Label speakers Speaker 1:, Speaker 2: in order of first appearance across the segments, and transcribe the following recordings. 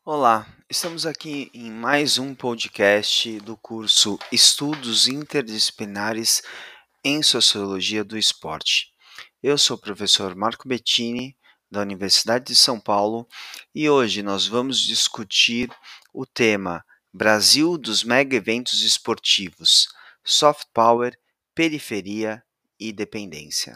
Speaker 1: Olá, estamos aqui em mais um podcast do curso Estudos Interdisciplinares em Sociologia do Esporte. Eu sou o professor Marco Bettini, da Universidade de São Paulo, e hoje nós vamos discutir o tema Brasil dos mega eventos esportivos, soft power, periferia e dependência.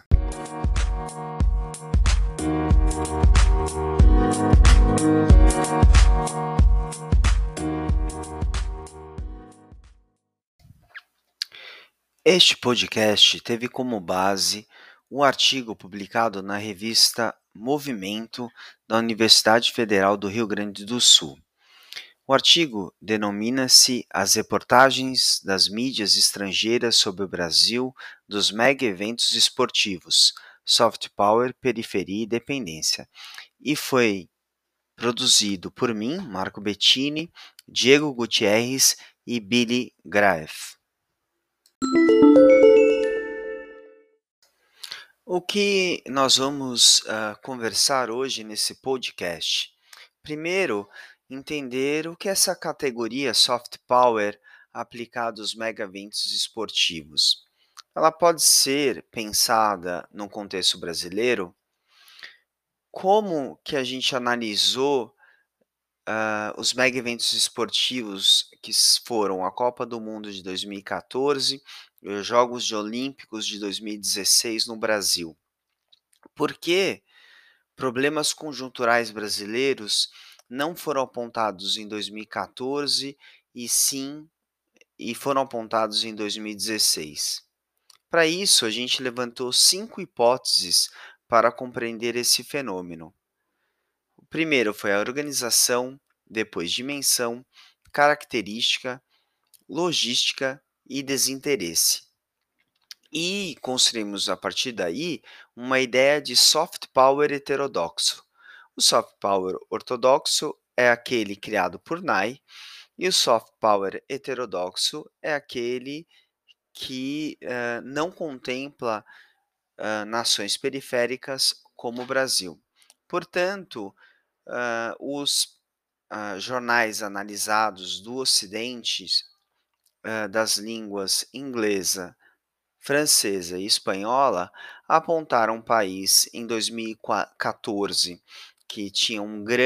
Speaker 1: Este podcast teve como base um artigo publicado na revista Movimento da Universidade Federal do Rio Grande do Sul. O artigo denomina-se As reportagens das mídias estrangeiras sobre o Brasil dos mega eventos esportivos, soft power, periferia e dependência, e foi produzido por mim, Marco Bettini, Diego Gutierrez e Billy Graef. O que nós vamos conversar hoje nesse podcast? Primeiro, entender o que é essa categoria soft power aplicada aos mega eventos esportivos. Ela pode ser pensada no contexto brasileiro. Como que a gente analisou os mega eventos esportivos foram a Copa do Mundo de 2014 e os Jogos Olímpicos de 2016 no Brasil? Por que problemas conjunturais brasileiros não foram apontados em 2014 e foram apontados em 2016? Para isso, a gente levantou 5 hipóteses para compreender esse fenômeno. O primeiro foi a organização, depois dimensão, característica, logística e desinteresse. E construímos a partir daí uma ideia de soft power heterodoxo. O soft power ortodoxo é aquele criado por Nye e o soft power heterodoxo é aquele que não contempla nações periféricas como o Brasil. Portanto, os jornais analisados do Ocidente das línguas inglesa, francesa e espanhola apontaram um país em 2014 que tinha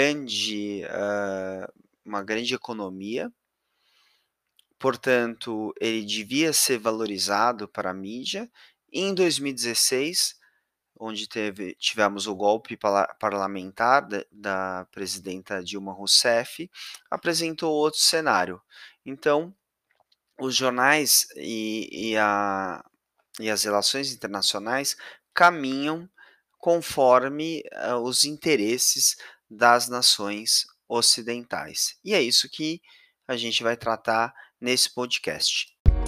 Speaker 1: uma grande economia, portanto, ele devia ser valorizado para a mídia. E em 2016, onde tivemos o golpe parlamentar da presidenta Dilma Rousseff, apresentou outro cenário. Então, os jornais e as relações internacionais caminham conforme os interesses das nações ocidentais. E é isso que a gente vai tratar nesse podcast.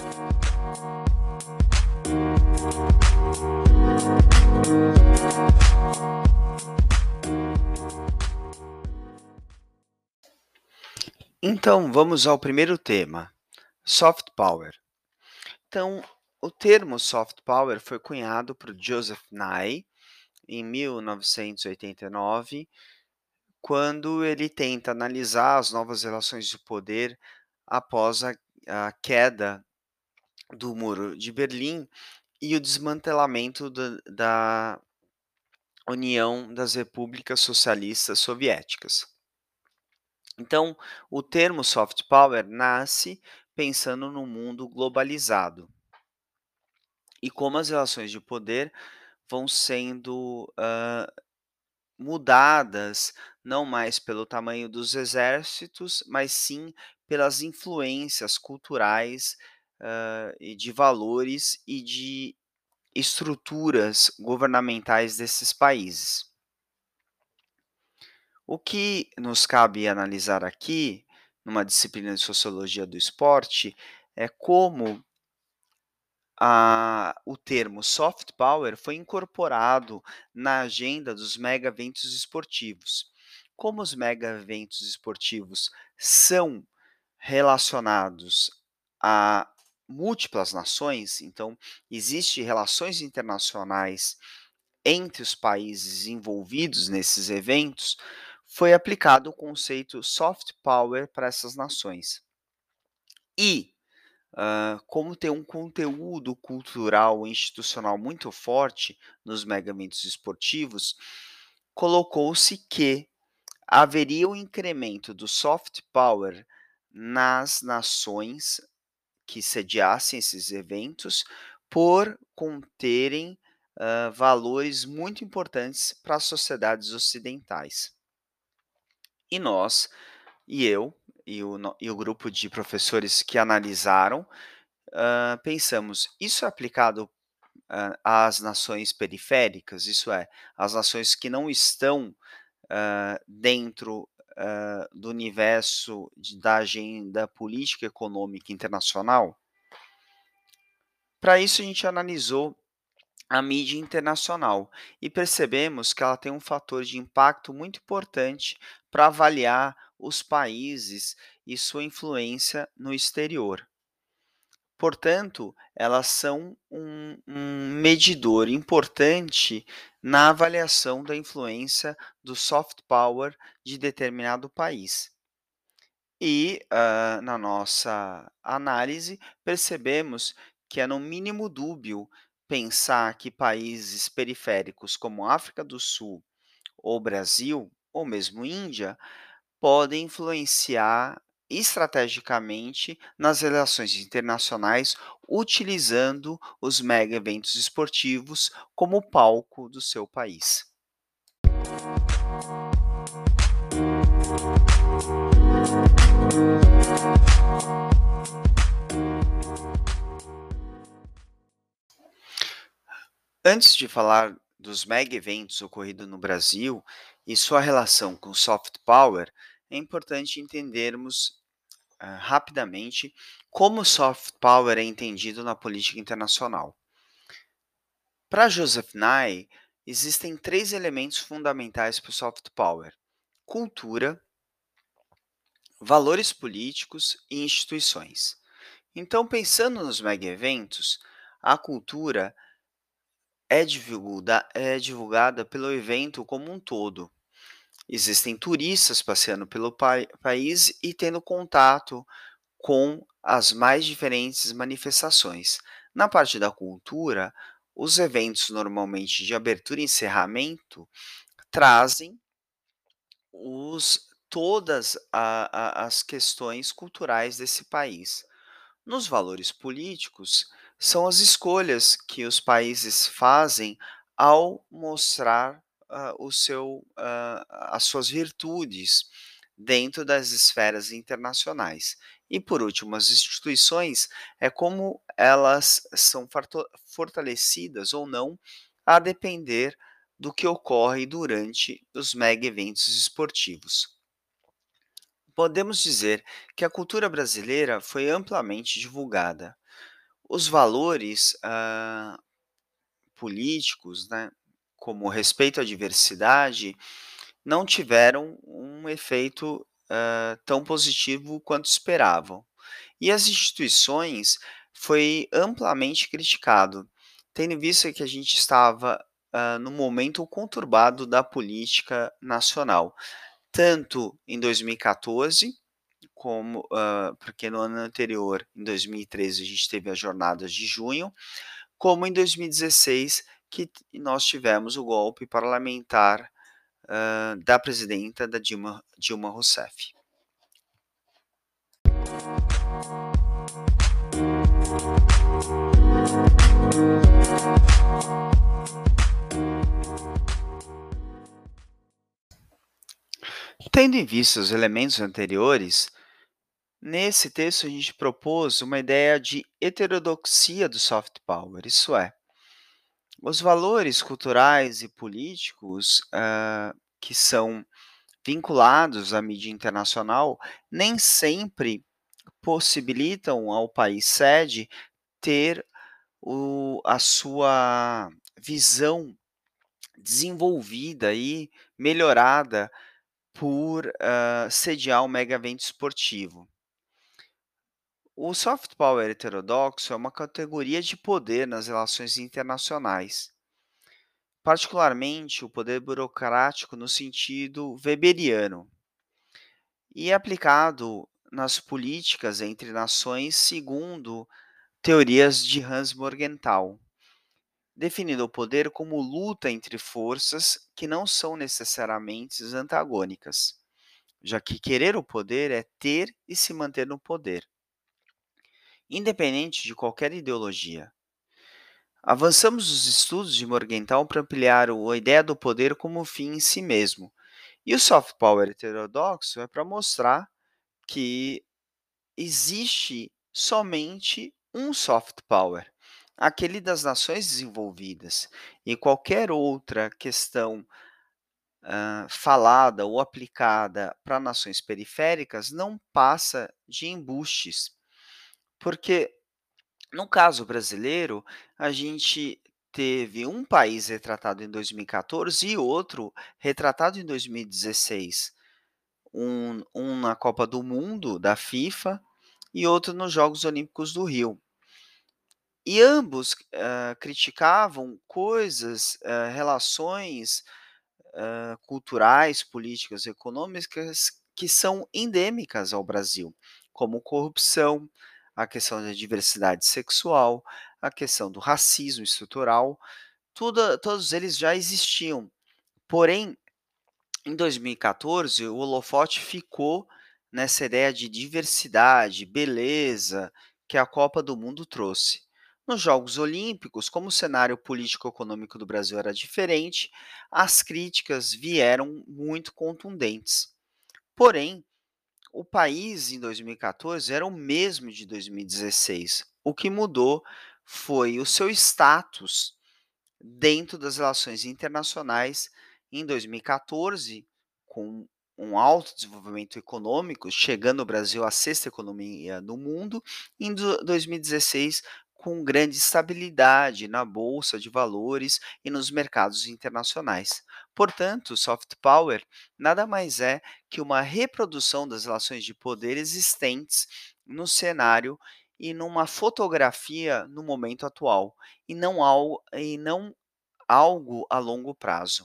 Speaker 1: Então, vamos ao primeiro tema, soft power. Então, o termo soft power foi cunhado por Joseph Nye em 1989, quando ele tenta analisar as novas relações de poder após a queda do Muro de Berlim e o desmantelamento da União das Repúblicas Socialistas Soviéticas. Então, o termo soft power nasce pensando no mundo globalizado e como as relações de poder vão sendo mudadas não mais pelo tamanho dos exércitos, mas sim pelas influências culturais, e de valores e de estruturas governamentais desses países. O que nos cabe analisar aqui, numa disciplina de sociologia do esporte, é como o termo soft power foi incorporado na agenda dos mega eventos esportivos. Como os mega eventos esportivos são relacionados a múltiplas nações, então existem relações internacionais entre os países envolvidos nesses eventos, foi aplicado o conceito soft power para essas nações. E, como tem um conteúdo cultural e institucional muito forte nos mega eventos esportivos, colocou-se que haveria um incremento do soft power nas nações que sediassem esses eventos, por conterem, valores muito importantes para as sociedades ocidentais. E nós, e eu, e o grupo de professores que analisaram, pensamos: "Isso é aplicado, às nações periféricas? Isso é, às nações que não estão, dentro, do universo da agenda política e econômica internacional?" Para isso a gente analisou a mídia internacional e percebemos que ela tem um fator de impacto muito importante para avaliar os países e sua influência no exterior. Portanto, elas são um medidor importante na avaliação da influência do soft power de determinado país. E, na nossa análise, percebemos que é no mínimo dúbio pensar que países periféricos como África do Sul ou Brasil, ou mesmo Índia, podem influenciar estrategicamente nas relações internacionais, utilizando os mega eventos esportivos como palco do seu país. Antes de falar dos mega eventos ocorridos no Brasil e sua relação com soft power, é importante entendermos rapidamente como o soft power é entendido na política internacional. Para Joseph Nye, existem três elementos fundamentais para o soft power: cultura, valores políticos e instituições. Então, pensando nos mega eventos, a cultura é divulgada pelo evento como um todo. Existem turistas passeando pelo país e tendo contato com as mais diferentes manifestações. Na parte da cultura, os eventos normalmente de abertura e encerramento trazem todas as questões culturais desse país. Nos valores políticos, são as escolhas que os países fazem ao mostrar as suas virtudes dentro das esferas internacionais. E, por último, as instituições é como elas são fortalecidas ou não, a depender do que ocorre durante os mega eventos esportivos. Podemos dizer que a cultura brasileira foi amplamente divulgada. Os valores, políticos, né, como o respeito à diversidade, não tiveram um efeito, tão positivo quanto esperavam. E as instituições foi amplamente criticado, tendo em vista que a gente estava, num momento conturbado da política nacional, tanto em 2014 como, porque no ano anterior, em 2013, a gente teve as jornadas de junho, como em 2016, que nós tivemos o golpe parlamentar, da presidenta da Dilma Rousseff. Tendo em vista os elementos anteriores, nesse texto a gente propôs uma ideia de heterodoxia do soft power, isso é, os valores culturais e políticos, que são vinculados à mídia internacional, nem sempre possibilitam ao país sede ter a sua visão desenvolvida e melhorada por, sediar um mega evento esportivo. O soft power heterodoxo é uma categoria de poder nas relações internacionais, particularmente o poder burocrático no sentido weberiano, e aplicado nas políticas entre nações segundo teorias de Hans Morgenthau, definindo o poder como luta entre forças que não são necessariamente antagônicas, já que querer o poder é ter e se manter no poder, independente de qualquer ideologia. Avançamos os estudos de Morgenthau para ampliar a ideia do poder como fim em si mesmo. E o soft power heterodoxo é para mostrar que existe somente um soft power, aquele das nações desenvolvidas, e qualquer outra questão falada ou aplicada para nações periféricas não passa de embustes, porque no caso brasileiro, a gente teve um país retratado em 2014 e outro retratado em 2016. Um na Copa do Mundo da FIFA e outro nos Jogos Olímpicos do Rio. E ambos criticavam coisas, relações culturais, políticas, econômicas que são endêmicas ao Brasil, como corrupção, a questão da diversidade sexual, a questão do racismo estrutural, todos eles já existiam. Porém, em 2014, o holofote ficou nessa ideia de diversidade, beleza, que a Copa do Mundo trouxe. Nos Jogos Olímpicos, como o cenário político-econômico do Brasil era diferente, as críticas vieram muito contundentes. Porém, o país em 2014 era o mesmo de 2016. O que mudou foi o seu status dentro das relações internacionais em 2014, com um alto desenvolvimento econômico, chegando o Brasil à sexta economia do mundo, e em 2016 com grande estabilidade na bolsa de valores e nos mercados internacionais. Portanto, soft power nada mais é que uma reprodução das relações de poder existentes no cenário e numa fotografia no momento atual, e não algo a longo prazo.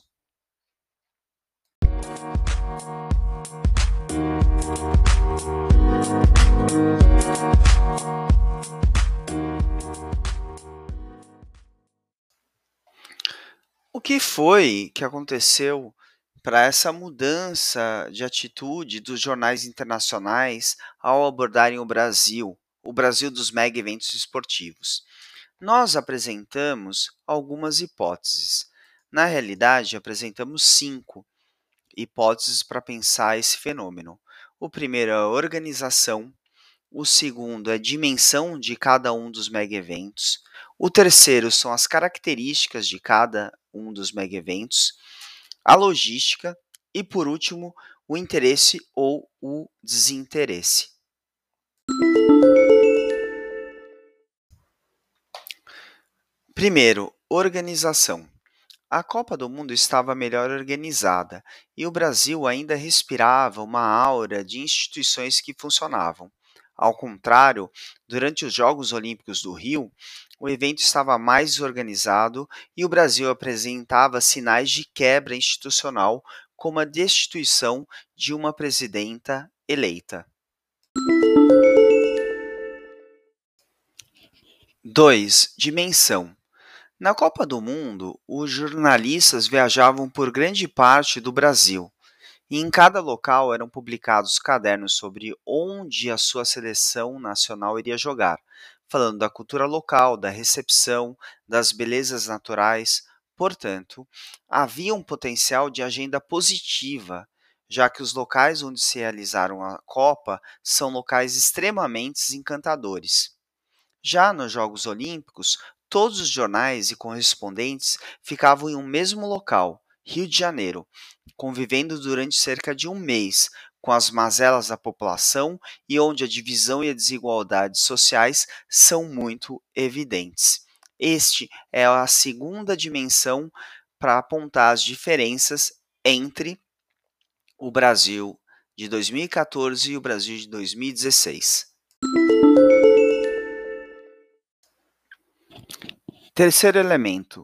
Speaker 1: O que foi que aconteceu para essa mudança de atitude dos jornais internacionais ao abordarem o Brasil dos mega eventos esportivos? Nós apresentamos algumas hipóteses. Na realidade, apresentamos 5 hipóteses para pensar esse fenômeno. O primeiro é a organização, o segundo é a dimensão de cada um dos mega eventos, o terceiro são as características de cada um dos mega eventos, a logística e, por último, o interesse ou o desinteresse. Primeiro, organização. A Copa do Mundo estava melhor organizada e o Brasil ainda respirava uma aura de instituições que funcionavam. Ao contrário, durante os Jogos Olímpicos do Rio, o evento estava mais desorganizado e o Brasil apresentava sinais de quebra institucional, como a destituição de uma presidenta eleita. 2. Dimensão. Na Copa do Mundo, os jornalistas viajavam por grande parte do Brasil, e em cada local eram publicados cadernos sobre onde a sua seleção nacional iria jogar, falando da cultura local, da recepção, das belezas naturais. Portanto, havia um potencial de agenda positiva, já que os locais onde se realizaram a Copa são locais extremamente encantadores. Já nos Jogos Olímpicos, todos os jornais e correspondentes ficavam em um mesmo local, Rio de Janeiro, convivendo durante cerca de um mês com as mazelas da população e onde a divisão e a desigualdade sociais são muito evidentes. Este é a segunda dimensão para apontar as diferenças entre o Brasil de 2014 e o Brasil de 2016. Terceiro elemento,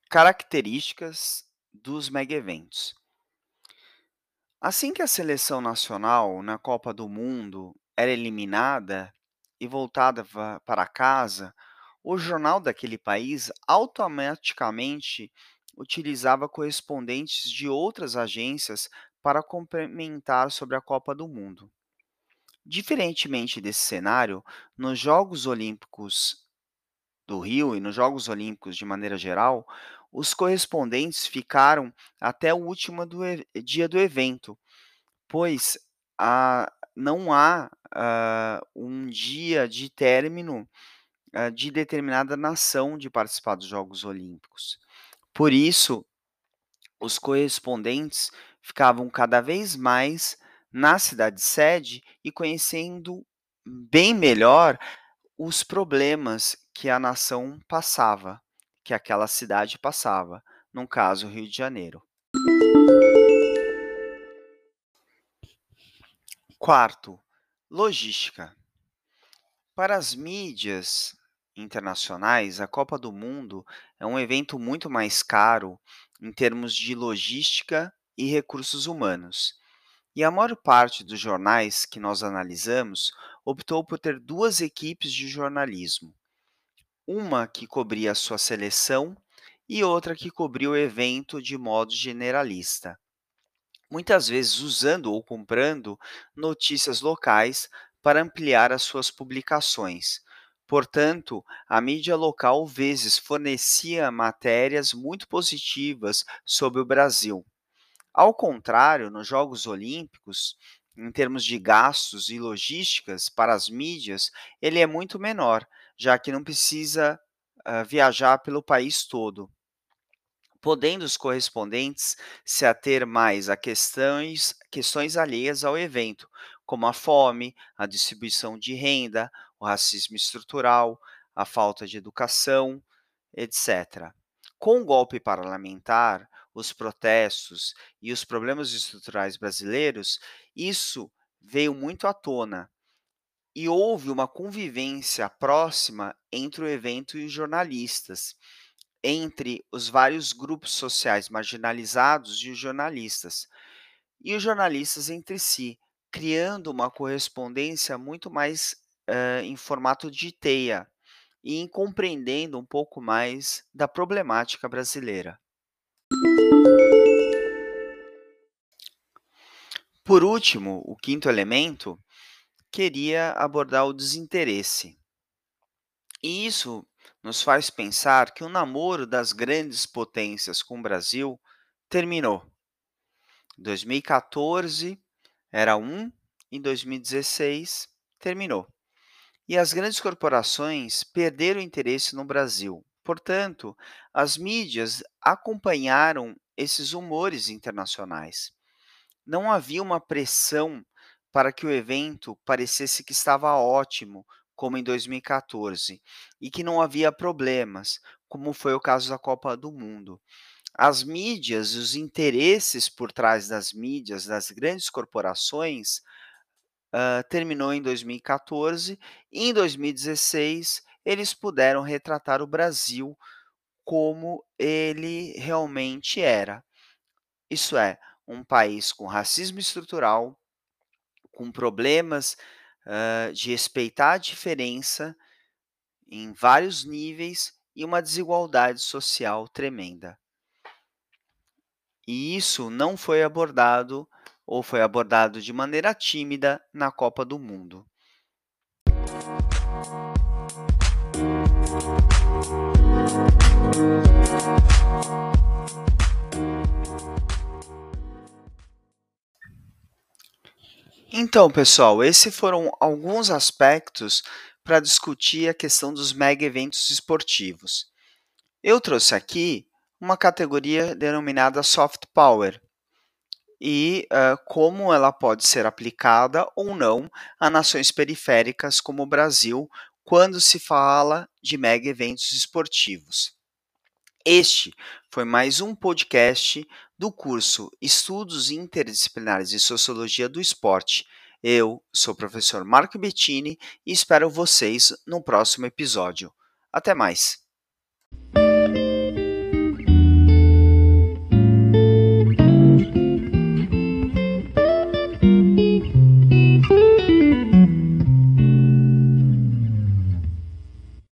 Speaker 1: Características dos mega-eventos. Assim que a seleção nacional na Copa do Mundo era eliminada e voltada para casa, o jornal daquele país automaticamente utilizava correspondentes de outras agências para complementar sobre a Copa do Mundo. Diferentemente desse cenário, nos Jogos Olímpicos do Rio e nos Jogos Olímpicos de maneira geral, os correspondentes ficaram até o último dia do evento, pois não há um dia de término de determinada nação de participar dos Jogos Olímpicos. Por isso, os correspondentes ficavam cada vez mais na cidade sede e conhecendo bem melhor os problemas que a nação passava, que aquela cidade passava, no caso, Rio de Janeiro. Quarto, logística. Para as mídias internacionais, a Copa do Mundo é um evento muito mais caro em termos de logística e recursos humanos. E a maior parte dos jornais que nós analisamos optou por ter duas equipes de jornalismo, uma que cobria a sua seleção e outra que cobria o evento de modo generalista, muitas vezes usando ou comprando notícias locais para ampliar as suas publicações. Portanto, a mídia local vezes fornecia matérias muito positivas sobre o Brasil. Ao contrário, nos Jogos Olímpicos, em termos de gastos e logísticas para as mídias, ele é muito menor, já que não precisa viajar pelo país todo, podendo os correspondentes se ater mais a questões alheias ao evento, como a fome, a distribuição de renda, o racismo estrutural, a falta de educação, etc. Com o golpe parlamentar, os protestos e os problemas estruturais brasileiros, isso veio muito à tona e houve uma convivência próxima entre o evento e os jornalistas, entre os vários grupos sociais marginalizados e os jornalistas, entre si, criando uma correspondência muito mais em formato de teia e em compreendendo um pouco mais da problemática brasileira. Por último, o quinto elemento queria abordar o desinteresse. E isso nos faz pensar que o namoro das grandes potências com o Brasil terminou. 2014 era um e 2016 terminou. E as grandes corporações perderam interesse no Brasil. Portanto, as mídias acompanharam esses humores internacionais. Não havia uma pressão para que o evento parecesse que estava ótimo, como em 2014, e que não havia problemas, como foi o caso da Copa do Mundo. As mídias e os interesses por trás das mídias, das grandes corporações, terminou em 2014 e em 2016 eles puderam retratar o Brasil como ele realmente era. Isso é, um país com racismo estrutural, com problemas, de respeitar a diferença em vários níveis e uma desigualdade social tremenda. E isso não foi abordado ou foi abordado de maneira tímida na Copa do Mundo. Então, pessoal, esses foram alguns aspectos para discutir a questão dos mega eventos esportivos. Eu trouxe aqui uma categoria denominada soft power e como ela pode ser aplicada ou não a nações periféricas como o Brasil quando se fala de mega eventos esportivos. Este foi mais um podcast do curso Estudos Interdisciplinares de Sociologia do Esporte. Eu sou o professor Marco Bettini e espero vocês no próximo episódio. Até mais!